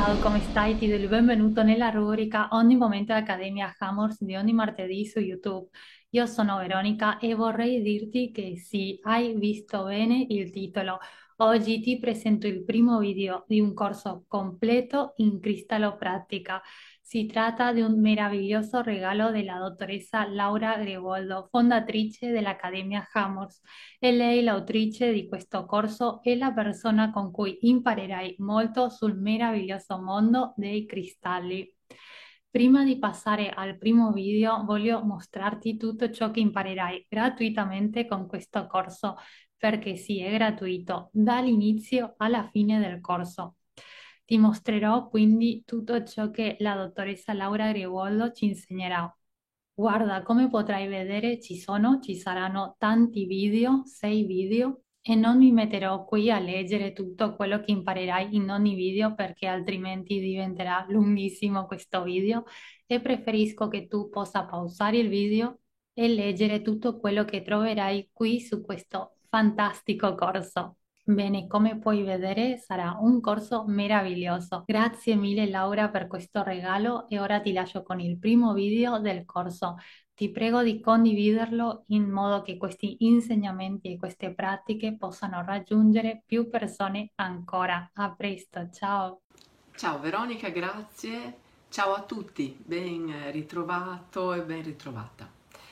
Ciao, come stai? Ti do il benvenuto nella rubrica Ogni momento Accademia Hammers di ogni martedì su YouTube. Io sono Veronica e vorrei dirti che sì, hai visto bene il titolo. Oggi ti presento il primo video di un corso completo in cristallo pratica. Si tratta di un meraviglioso regalo della dottoressa Laura Grevoldo, fondatrice dell'Accademia Hammers. E lei, l'autrice di questo corso, è la persona con cui imparerai molto sul meraviglioso mondo dei cristalli. Prima di passare al primo video, voglio mostrarti tutto ciò che imparerai gratuitamente con questo corso, perché sì, è gratuito dall'inizio alla fine del corso. Ti mostrerò quindi tutto ciò che la dottoressa Laura Grewoldo ci insegnerà. Guarda, come potrai vedere, ci saranno tanti video, 6 video, e non mi metterò qui a leggere tutto quello che imparerai in ogni video perché altrimenti diventerà lunghissimo questo video e preferisco che tu possa pausare il video e leggere tutto quello che troverai qui su questo fantastico corso. Bene, come puoi vedere sarà un corso meraviglioso. Grazie mille Laura per questo regalo e ora ti lascio con il primo video del corso. Ti prego di condividerlo in modo che questi insegnamenti e queste pratiche possano raggiungere più persone ancora. A presto, ciao! Ciao Veronica, grazie. Ciao a tutti, ben ritrovato e ben ritrovata.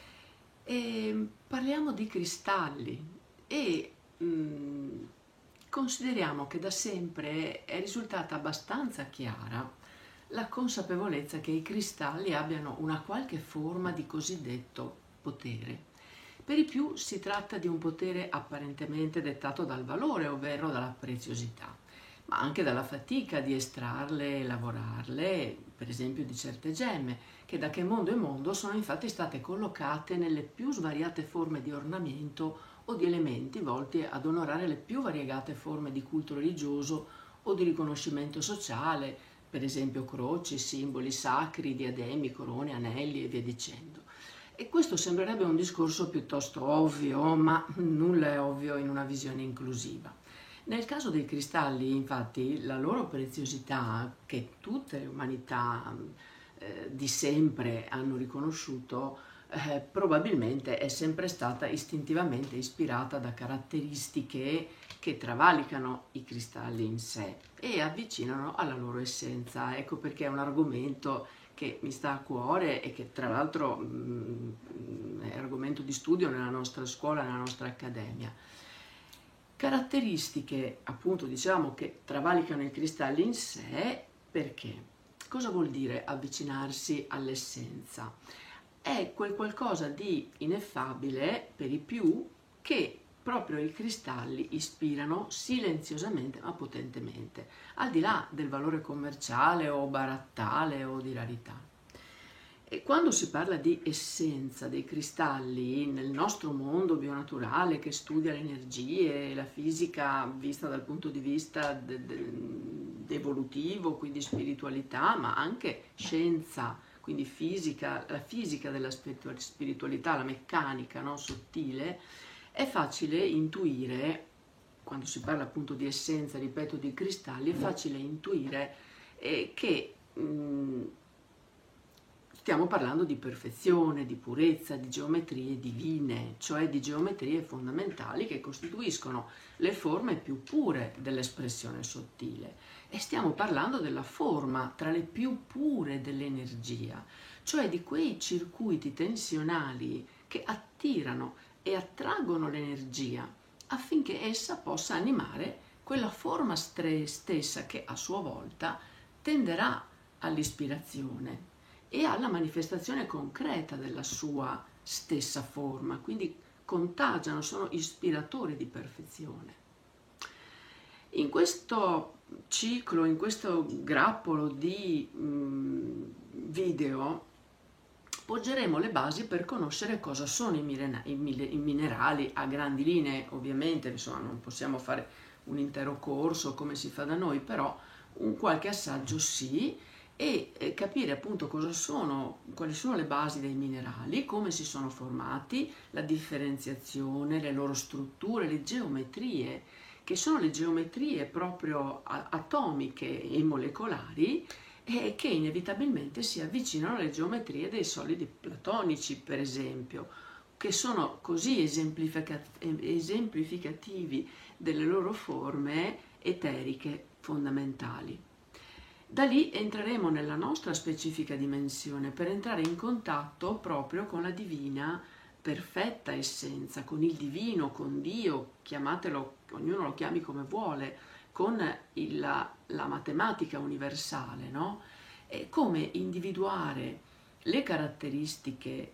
Parliamo di cristalli e consideriamo che da sempre è risultata abbastanza chiara la consapevolezza che i cristalli abbiano una qualche forma di cosiddetto potere. Per di più si tratta di un potere apparentemente dettato dal valore, ovvero dalla preziosità, ma anche dalla fatica di estrarle e lavorarle, per esempio di certe gemme, che da che mondo è mondo sono infatti state collocate nelle più svariate forme di ornamento o di elementi volti ad onorare le più variegate forme di culto religioso o di riconoscimento sociale, per esempio croci, simboli sacri, diademi, corone, anelli e via dicendo. E questo sembrerebbe un discorso piuttosto ovvio, ma nulla è ovvio in una visione inclusiva. Nel caso dei cristalli, infatti, la loro preziosità, che tutte le umanità di sempre hanno riconosciuto, probabilmente è sempre stata istintivamente ispirata da caratteristiche che travalicano i cristalli in sé e avvicinano alla loro essenza. Ecco perché è un argomento che mi sta a cuore e che tra l'altro è argomento di studio nella nostra scuola, nella nostra accademia. Caratteristiche, appunto, diciamo che travalicano i cristalli in sé perché? Cosa vuol dire avvicinarsi all'essenza? È quel qualcosa di ineffabile per i più che proprio i cristalli ispirano silenziosamente ma potentemente, al di là del valore commerciale o barattale o di rarità. E quando si parla di essenza dei cristalli nel nostro mondo bionaturale che studia le energie e la fisica vista dal punto di vista evolutivo, quindi spiritualità, ma anche scienza, quindi fisica, la fisica della spiritualità, la meccanica, no, sottile, è facile intuire, quando si parla appunto di essenza, ripeto, di cristalli, è facile intuire che stiamo parlando di perfezione, di purezza, di geometrie divine, cioè di geometrie fondamentali che costituiscono le forme più pure dell'espressione sottile. E stiamo parlando della forma tra le più pure dell'energia, cioè di quei circuiti tensionali che attirano e attraggono l'energia affinché essa possa animare quella forma stessa che a sua volta tenderà all'ispirazione e alla manifestazione concreta della sua stessa forma, quindi contagiano, sono ispiratori di perfezione. In questo ciclo, in questo grappolo di video, poggeremo le basi per conoscere cosa sono i minerali a grandi linee. Ovviamente, insomma, non possiamo fare un intero corso come si fa da noi, però un qualche assaggio sì, e capire appunto cosa sono, quali sono le basi dei minerali, come si sono formati, la differenziazione, le loro strutture, le geometrie che sono le geometrie proprio atomiche e molecolari, e che inevitabilmente si avvicinano alle geometrie dei solidi platonici, per esempio, che sono così esemplificativi delle loro forme eteriche fondamentali. Da lì entreremo nella nostra specifica dimensione per entrare in contatto proprio con la divina perfetta essenza, con il divino, con Dio, chiamatelo, ognuno lo chiami come vuole, con la matematica universale, no? E come individuare le caratteristiche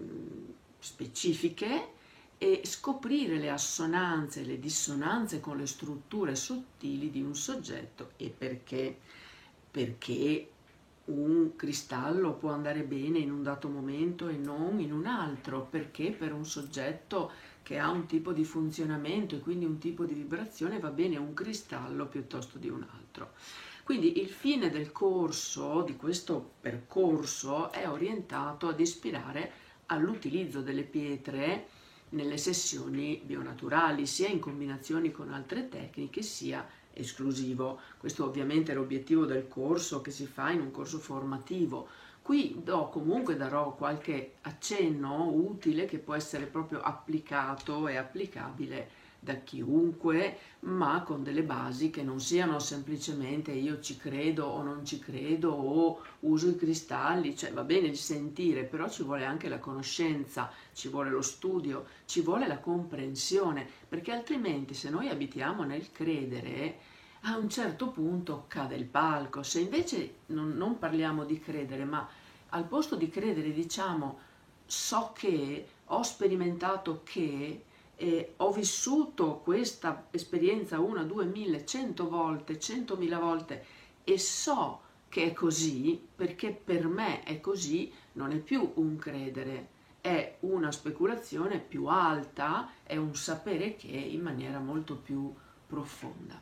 specifiche e scoprire le assonanze e le dissonanze con le strutture sottili di un soggetto. E perché? Perché un cristallo può andare bene in un dato momento e non in un altro, perché per un soggetto che ha un tipo di funzionamento e quindi un tipo di vibrazione va bene un cristallo piuttosto di un altro. Quindi il fine del corso, di questo percorso, è orientato ad ispirare all'utilizzo delle pietre nelle sessioni bionaturali, sia in combinazioni con altre tecniche, sia esclusivo. Questo ovviamente è l'obiettivo del corso che si fa in un corso formativo. Qui darò qualche accenno utile che può essere proprio applicato e applicabile da chiunque, ma con delle basi che non siano semplicemente io ci credo o non ci credo o uso i cristalli, cioè va bene il sentire, però ci vuole anche la conoscenza, ci vuole lo studio, ci vuole la comprensione, perché altrimenti se noi abitiamo nel credere, a un certo punto cade il palco. Se invece non parliamo di credere, ma al posto di credere diciamo so che, ho sperimentato che, ho vissuto questa esperienza una, due, mille, 100 volte, 100.000 volte e so che è così, perché per me è così, non è più un credere, è una speculazione più alta, è un sapere che in maniera molto più profonda.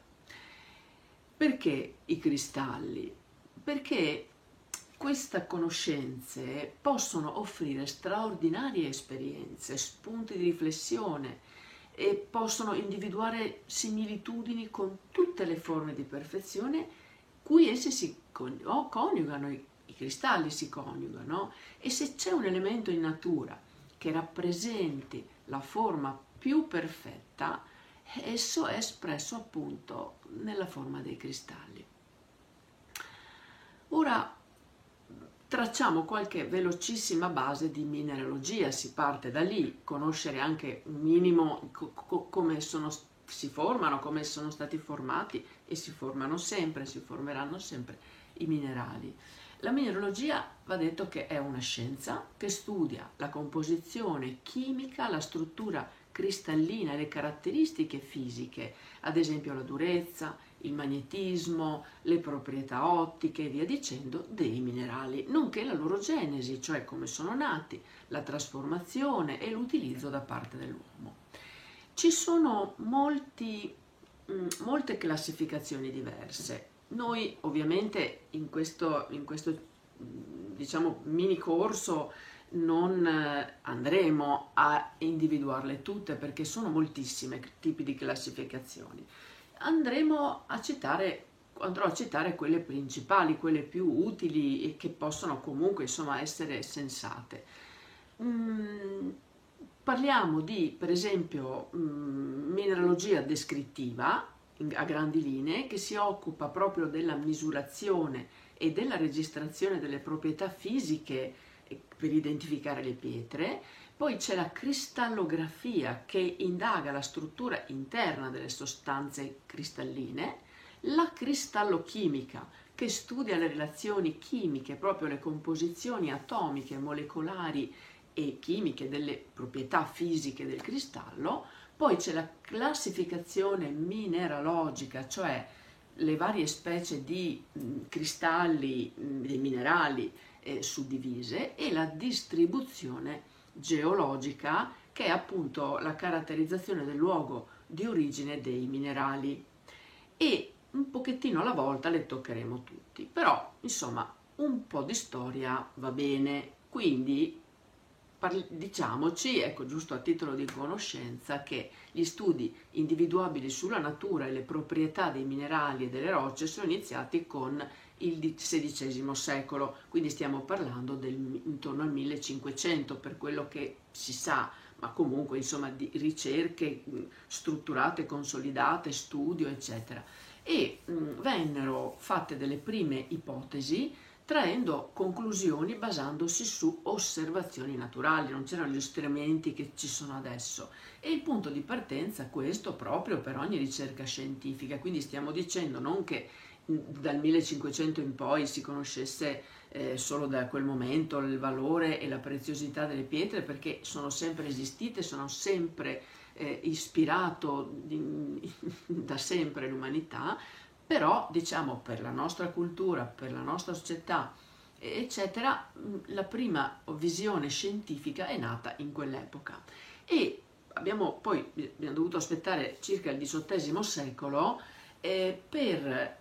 Perché i cristalli? Perché queste conoscenze possono offrire straordinarie esperienze, spunti di riflessione e possono individuare similitudini con tutte le forme di perfezione cui essi si coniugano, i cristalli si coniugano, e se c'è un elemento in natura che rappresenti la forma più perfetta, esso è espresso appunto nella forma dei cristalli. Ora tracciamo qualche velocissima base di mineralogia, si parte da lì, conoscere anche un minimo come si formano, come sono stati formati e si formano sempre, si formeranno sempre i minerali. La mineralogia va detto che è una scienza che studia la composizione chimica, la struttura cristallina e le caratteristiche fisiche, ad esempio la durezza, il magnetismo, le proprietà ottiche e via dicendo dei minerali, nonché la loro genesi, cioè come sono nati, la trasformazione e l'utilizzo da parte dell'uomo. Ci sono molte classificazioni diverse. Noi ovviamente in questo diciamo mini corso non andremo a individuarle tutte perché sono moltissime tipi di classificazioni. Andrò a citare quelle principali, quelle più utili e che possono comunque insomma essere sensate. Parliamo di, per esempio, mineralogia descrittiva a grandi linee, che si occupa proprio della misurazione e della registrazione delle proprietà fisiche per identificare le pietre. Poi c'è la cristallografia, che indaga la struttura interna delle sostanze cristalline, la cristallochimica, che studia le relazioni chimiche, proprio le composizioni atomiche, molecolari e chimiche delle proprietà fisiche del cristallo. Poi c'è la classificazione mineralogica, cioè le varie specie di cristalli, dei minerali suddivise, e la distribuzione geologica, che è appunto la caratterizzazione del luogo di origine dei minerali. E un pochettino alla volta le toccheremo tutti, però insomma un po' di storia va bene. Quindi diciamoci, ecco, giusto a titolo di conoscenza, che gli studi individuabili sulla natura e le proprietà dei minerali e delle rocce sono iniziati con il XVI secolo, quindi stiamo parlando intorno al 1500 per quello che si sa, ma comunque insomma di ricerche strutturate, consolidate, studio, eccetera. E vennero fatte delle prime ipotesi traendo conclusioni basandosi su osservazioni naturali, non c'erano gli strumenti che ci sono adesso. E il punto di partenza questo proprio per ogni ricerca scientifica, quindi stiamo dicendo non che dal 1500 in poi si conoscesse solo da quel momento il valore e la preziosità delle pietre, perché sono sempre esistite, sono sempre ispirato da sempre l'umanità, però diciamo per la nostra cultura, per la nostra società, eccetera, la prima visione scientifica è nata in quell'epoca. E abbiamo dovuto aspettare circa il XVIII secolo per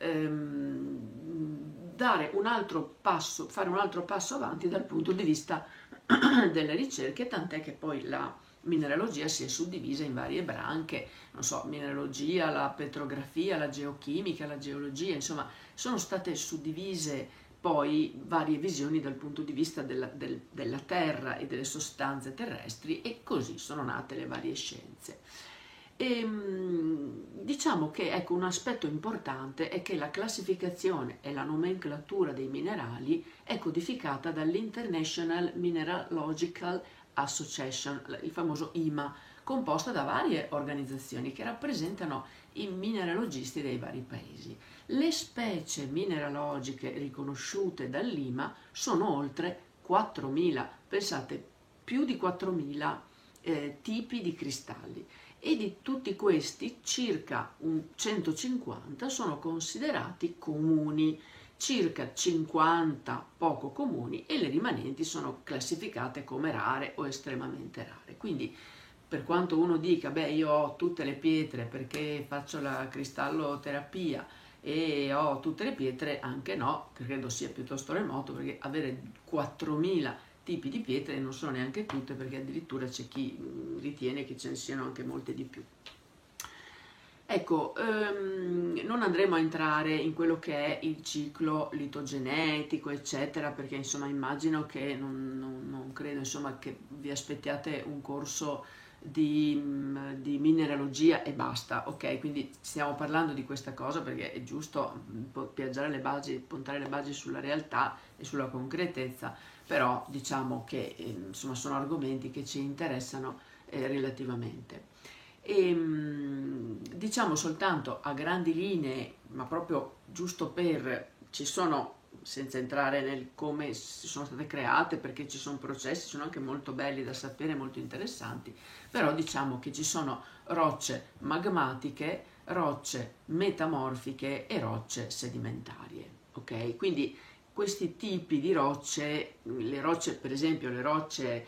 dare un altro passo, fare un altro passo avanti dal punto di vista delle ricerche, tant'è che poi la mineralogia si è suddivisa in varie branche, non so, mineralogia, la petrografia, la geochimica, la geologia, insomma, sono state suddivise poi varie visioni dal punto di vista della terra e delle sostanze terrestri, e così sono nate le varie scienze. E, diciamo che ecco, un aspetto importante è che la classificazione e la nomenclatura dei minerali è codificata dall'International Mineralogical Association, il famoso IMA, composta da varie organizzazioni che rappresentano i mineralogisti dei vari paesi. Le specie mineralogiche riconosciute dall'IMA sono oltre 4.000, pensate, più di 4.000 tipi di cristalli, e di tutti questi circa 150 sono considerati comuni, circa 50 poco comuni e le rimanenti sono classificate come rare o estremamente rare. Quindi per quanto uno dica, beh, io ho tutte le pietre perché faccio la cristalloterapia e ho tutte le pietre, anche no, credo sia piuttosto remoto, perché avere 4.000 tipi di pietre non sono neanche tutte, perché addirittura c'è chi ritiene che ce ne siano anche molte di più. Ecco, non andremo a entrare in quello che è il ciclo litogenetico, eccetera, perché insomma immagino che non credo insomma che vi aspettiate un corso di mineralogia e basta, ok? Quindi stiamo parlando di questa cosa perché è giusto piazzare le basi, puntare le basi sulla realtà e sulla concretezza, però diciamo che insomma sono argomenti che ci interessano relativamente. E diciamo soltanto a grandi linee, ma proprio giusto per, ci sono, senza entrare nel come sono state create, perché ci sono processi, sono anche molto belli da sapere, molto interessanti, però diciamo che ci sono rocce magmatiche, rocce metamorfiche e rocce sedimentarie, ok? Quindi questi tipi di rocce, le rocce, per esempio le rocce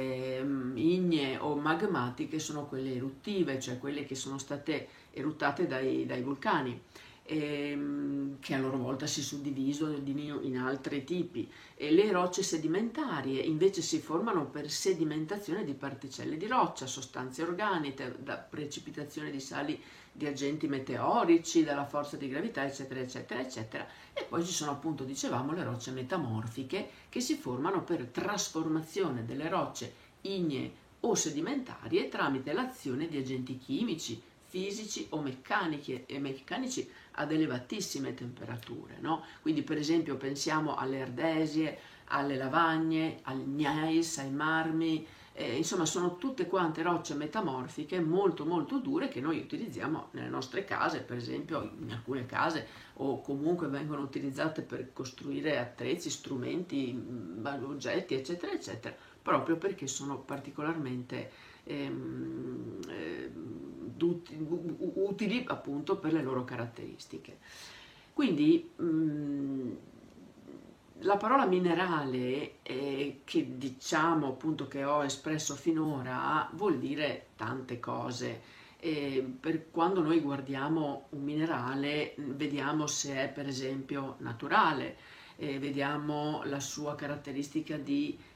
ignee o magmatiche sono quelle eruttive, cioè quelle che sono state eruttate dai vulcani, che a loro volta si suddividono in altri tipi. E le rocce sedimentarie invece si formano per sedimentazione di particelle di roccia, sostanze organiche, da precipitazione di sali di agenti meteorici, dalla forza di gravità, eccetera, eccetera, eccetera. E poi ci sono appunto, dicevamo, le rocce metamorfiche che si formano per trasformazione delle rocce ignee o sedimentarie tramite l'azione di agenti chimici, fisici o meccanici ad elevatissime temperature, no? Quindi per esempio pensiamo alle ardesie, alle lavagne, al gneiss, ai marmi, insomma sono tutte quante rocce metamorfiche molto molto dure che noi utilizziamo nelle nostre case, per esempio in alcune case, o comunque vengono utilizzate per costruire attrezzi, strumenti, oggetti, eccetera, eccetera, proprio perché sono particolarmente utili appunto per le loro caratteristiche. Quindi la parola minerale, che diciamo appunto che ho espresso finora, vuol dire tante cose. Per quando noi guardiamo un minerale, vediamo se è per esempio naturale, vediamo la sua caratteristica di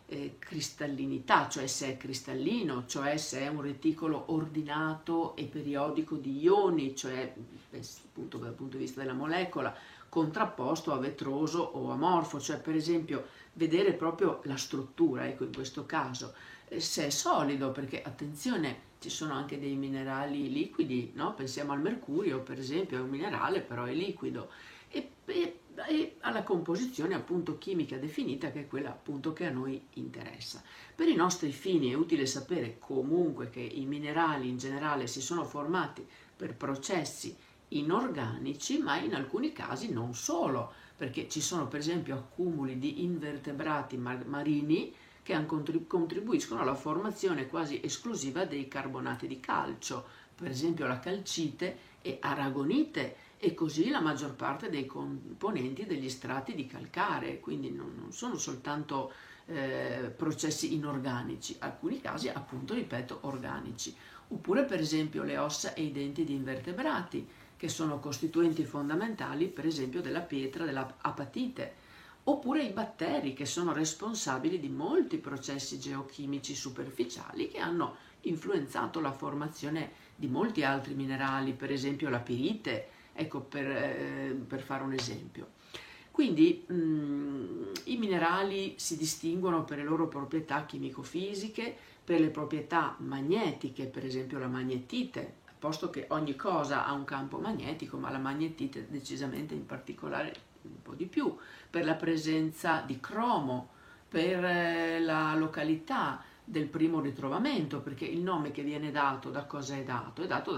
cristallinità, cioè se è cristallino, cioè se è un reticolo ordinato e periodico di ioni, cioè appunto dal punto di vista della molecola, contrapposto a vetroso o amorfo, cioè per esempio vedere proprio la struttura, ecco in questo caso, se è solido, perché attenzione, ci sono anche dei minerali liquidi, no? Pensiamo al mercurio per esempio, è un minerale però è liquido, e alla composizione appunto chimica definita, che è quella appunto che a noi interessa. Per i nostri fini è utile sapere comunque che i minerali in generale si sono formati per processi inorganici, ma in alcuni casi non solo, perché ci sono per esempio accumuli di invertebrati marini che contribuiscono alla formazione quasi esclusiva dei carbonati di calcio, per esempio la calcite e aragonite, e così la maggior parte dei componenti degli strati di calcare, quindi non sono soltanto processi inorganici, alcuni casi appunto, ripeto, organici. Oppure per esempio le ossa e i denti di invertebrati, che sono costituenti fondamentali per esempio della pietra dell'apatite, oppure i batteri, che sono responsabili di molti processi geochimici superficiali che hanno influenzato la formazione di molti altri minerali, per esempio la pirite, ecco per fare un esempio. Quindi i minerali si distinguono per le loro proprietà chimico-fisiche, per le proprietà magnetiche, per esempio la magnetite, posto che ogni cosa ha un campo magnetico, ma la magnetite decisamente in particolare un po' di più, per la presenza di cromo, per la località del primo ritrovamento, perché il nome che viene dato, da cosa è dato? È dato da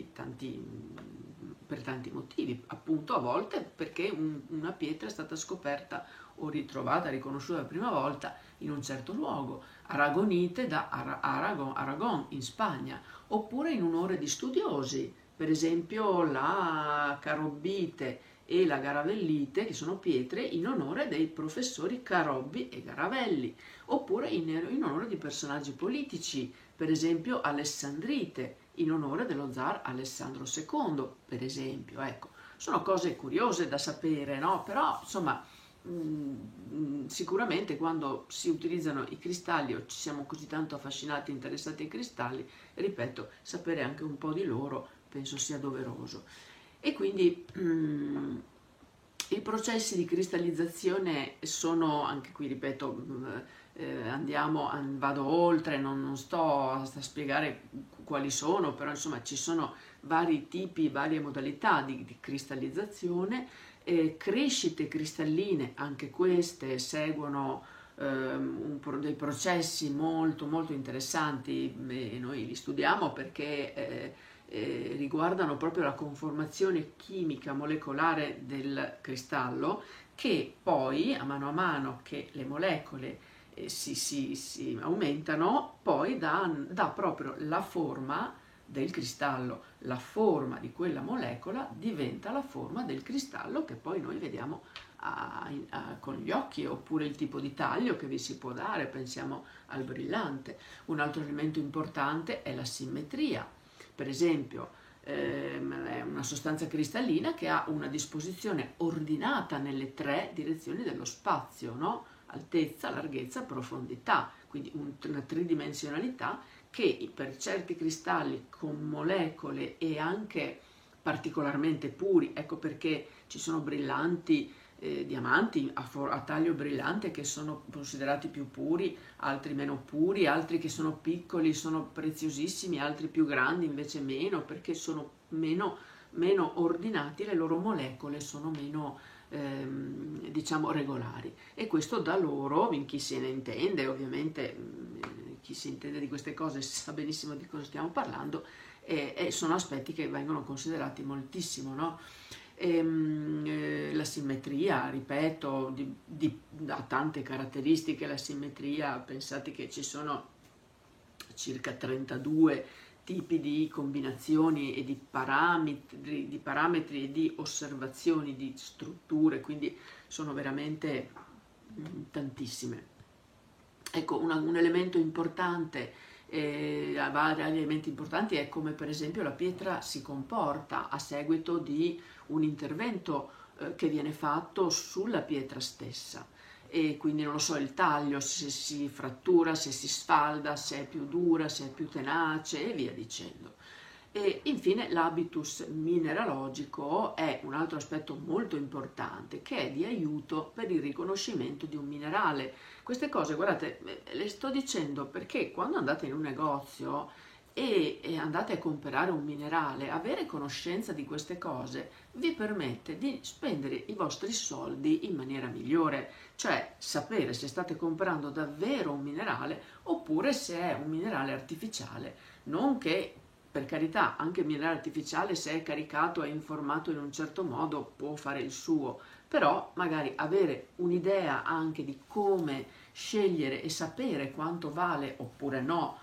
per tanti motivi, appunto a volte perché una pietra è stata scoperta o ritrovata, riconosciuta la prima volta in un certo luogo, aragonite da Aragon in Spagna, oppure in onore di studiosi, per esempio la carobbite e la garavellite, che sono pietre in onore dei professori Carobbi e Garavelli, oppure in onore di personaggi politici, per esempio Alessandrite, in onore dello zar Alessandro II, per esempio. Ecco, sono cose curiose da sapere, no? Però, insomma, sicuramente quando si utilizzano i cristalli o ci siamo così tanto affascinati e interessati ai cristalli, ripeto, sapere anche un po' di loro penso sia doveroso. E quindi i processi di cristallizzazione sono, anche qui ripeto, vado oltre, non sto a spiegare quali sono, però insomma ci sono vari tipi, varie modalità di cristallizzazione, crescite cristalline, anche queste seguono dei processi molto molto interessanti, e noi li studiamo perché riguardano proprio la conformazione chimica molecolare del cristallo, che poi a mano che le molecole si aumentano, poi dà proprio la forma del cristallo, la forma di quella molecola diventa la forma del cristallo che poi noi vediamo con gli occhi, oppure il tipo di taglio che vi si può dare, pensiamo al brillante. Un altro elemento importante è la simmetria. Per esempio, è una sostanza cristallina che ha una disposizione ordinata nelle tre direzioni dello spazio, no? Altezza, larghezza, profondità, quindi una tridimensionalità che per certi cristalli con molecole e anche particolarmente puri, ecco perché ci sono brillanti, diamanti a taglio brillante che sono considerati più puri, altri meno puri, altri che sono piccoli sono preziosissimi, altri più grandi invece meno, perché sono meno ordinati, le loro molecole sono meno diciamo regolari, e questo da loro, in chi se ne intende, ovviamente chi si intende di queste cose sa benissimo di cosa stiamo parlando, e sono aspetti che vengono considerati moltissimo, no? La simmetria, ripeto, ha tante caratteristiche. La simmetria, pensate che ci sono circa 32 tipi di combinazioni e di parametri e di osservazioni di strutture, quindi sono veramente tantissime. Ecco, un elemento importante, vari elementi importanti, è come per esempio la pietra si comporta a seguito di un intervento che viene fatto sulla pietra stessa. e quindi non lo so, il taglio, se si frattura, se si sfalda, se è più dura, se è più tenace e via dicendo. E infine l'habitus mineralogico è un altro aspetto molto importante che è di aiuto per il riconoscimento di un minerale. Queste cose, guardate, le sto dicendo perché quando andate in un negozio e andate a comprare un minerale, avere conoscenza di queste cose vi permette di spendere i vostri soldi in maniera migliore, cioè sapere se state comprando davvero un minerale oppure se è un minerale artificiale, non che, per carità, anche il minerale artificiale, se è caricato e informato in un certo modo, può fare il suo, però magari avere un'idea anche di come scegliere e sapere quanto vale oppure no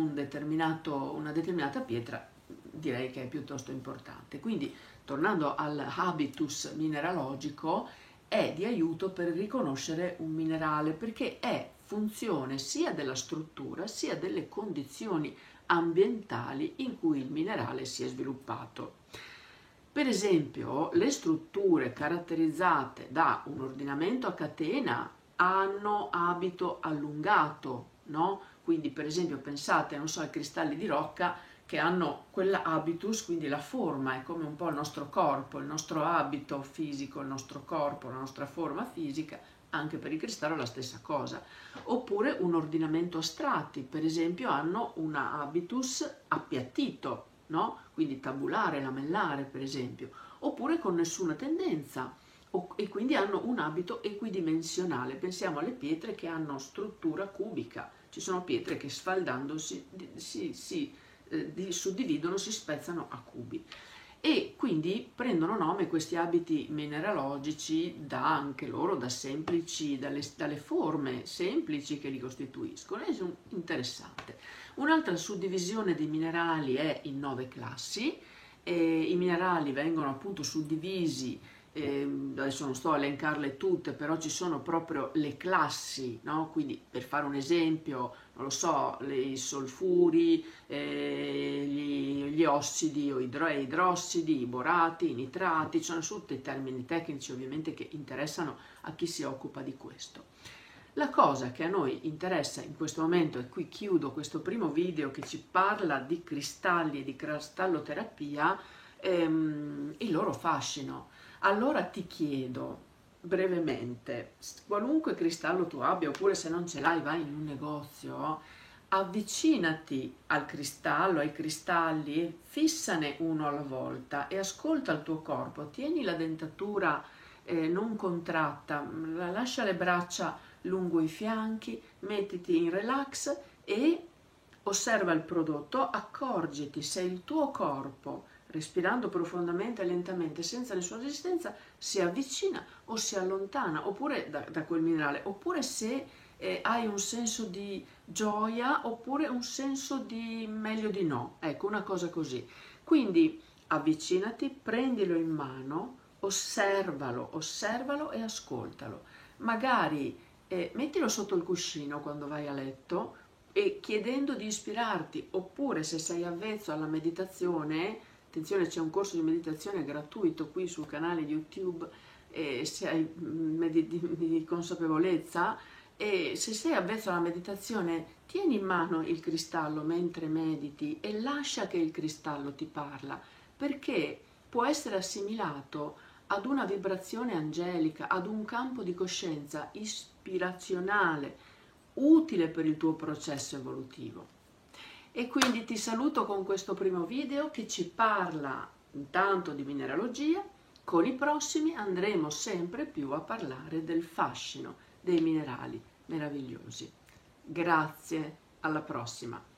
una determinata pietra, direi che è piuttosto importante. Quindi, tornando all'habitus mineralogico, è di aiuto per riconoscere un minerale perché è funzione sia della struttura sia delle condizioni ambientali in cui il minerale si è sviluppato. Per esempio, le strutture caratterizzate da un ordinamento a catena hanno abito allungato, no? Quindi, per esempio, pensate, non so, ai cristalli di rocca che hanno quella habitus, quindi la forma è come un po' il nostro corpo, il nostro abito fisico, il nostro corpo, la nostra forma fisica, anche per il cristallo è la stessa cosa. Oppure un ordinamento a strati, per esempio, hanno una habitus appiattito, no? Quindi tabulare, lamellare, per esempio, oppure con nessuna tendenza e quindi hanno un abito equidimensionale. Pensiamo alle pietre che hanno struttura cubica. Ci sono pietre che sfaldandosi si suddividono, si spezzano a cubi. E quindi prendono nome questi abiti mineralogici anche loro da semplici, dalle forme semplici che li costituiscono, e sono interessante. Un'altra suddivisione dei minerali è in 9 classi. I minerali vengono appunto suddivisi, adesso non sto a elencarle tutte, però ci sono proprio le classi, no? Quindi, per fare un esempio, non lo so, i solfuri, gli ossidi o idrossidi, i borati, i nitrati, sono tutti termini tecnici ovviamente che interessano a chi si occupa di questo. La cosa che a noi interessa in questo momento, e qui chiudo questo primo video che ci parla di cristalli e di cristalloterapia, il loro fascino. Allora ti chiedo brevemente, qualunque cristallo tu abbia, oppure se non ce l'hai vai in un negozio, avvicinati al cristallo, ai cristalli, fissane uno alla volta e ascolta il tuo corpo, tieni la dentatura non contratta, lascia le braccia lungo i fianchi, mettiti in relax e osserva il prodotto, accorgiti se il tuo corpo, respirando profondamente e lentamente, senza nessuna resistenza, si avvicina o si allontana oppure da quel minerale, oppure se hai un senso di gioia oppure un senso di meglio di no, ecco, una cosa così. Quindi avvicinati, prendilo in mano, osservalo e ascoltalo. Magari mettilo sotto il cuscino quando vai a letto e chiedendo di ispirarti, oppure se sei avvezzo alla meditazione, attenzione, c'è un corso di meditazione gratuito qui sul canale YouTube, se hai di consapevolezza, e se sei avvezzo alla meditazione, tieni in mano il cristallo mentre mediti e lascia che il cristallo ti parla, perché può essere assimilato ad una vibrazione angelica, ad un campo di coscienza ispirazionale, utile per il tuo processo evolutivo. E quindi ti saluto con questo primo video che ci parla intanto di mineralogia. Con i prossimi andremo sempre più a parlare del fascino dei minerali meravigliosi. Grazie, alla prossima!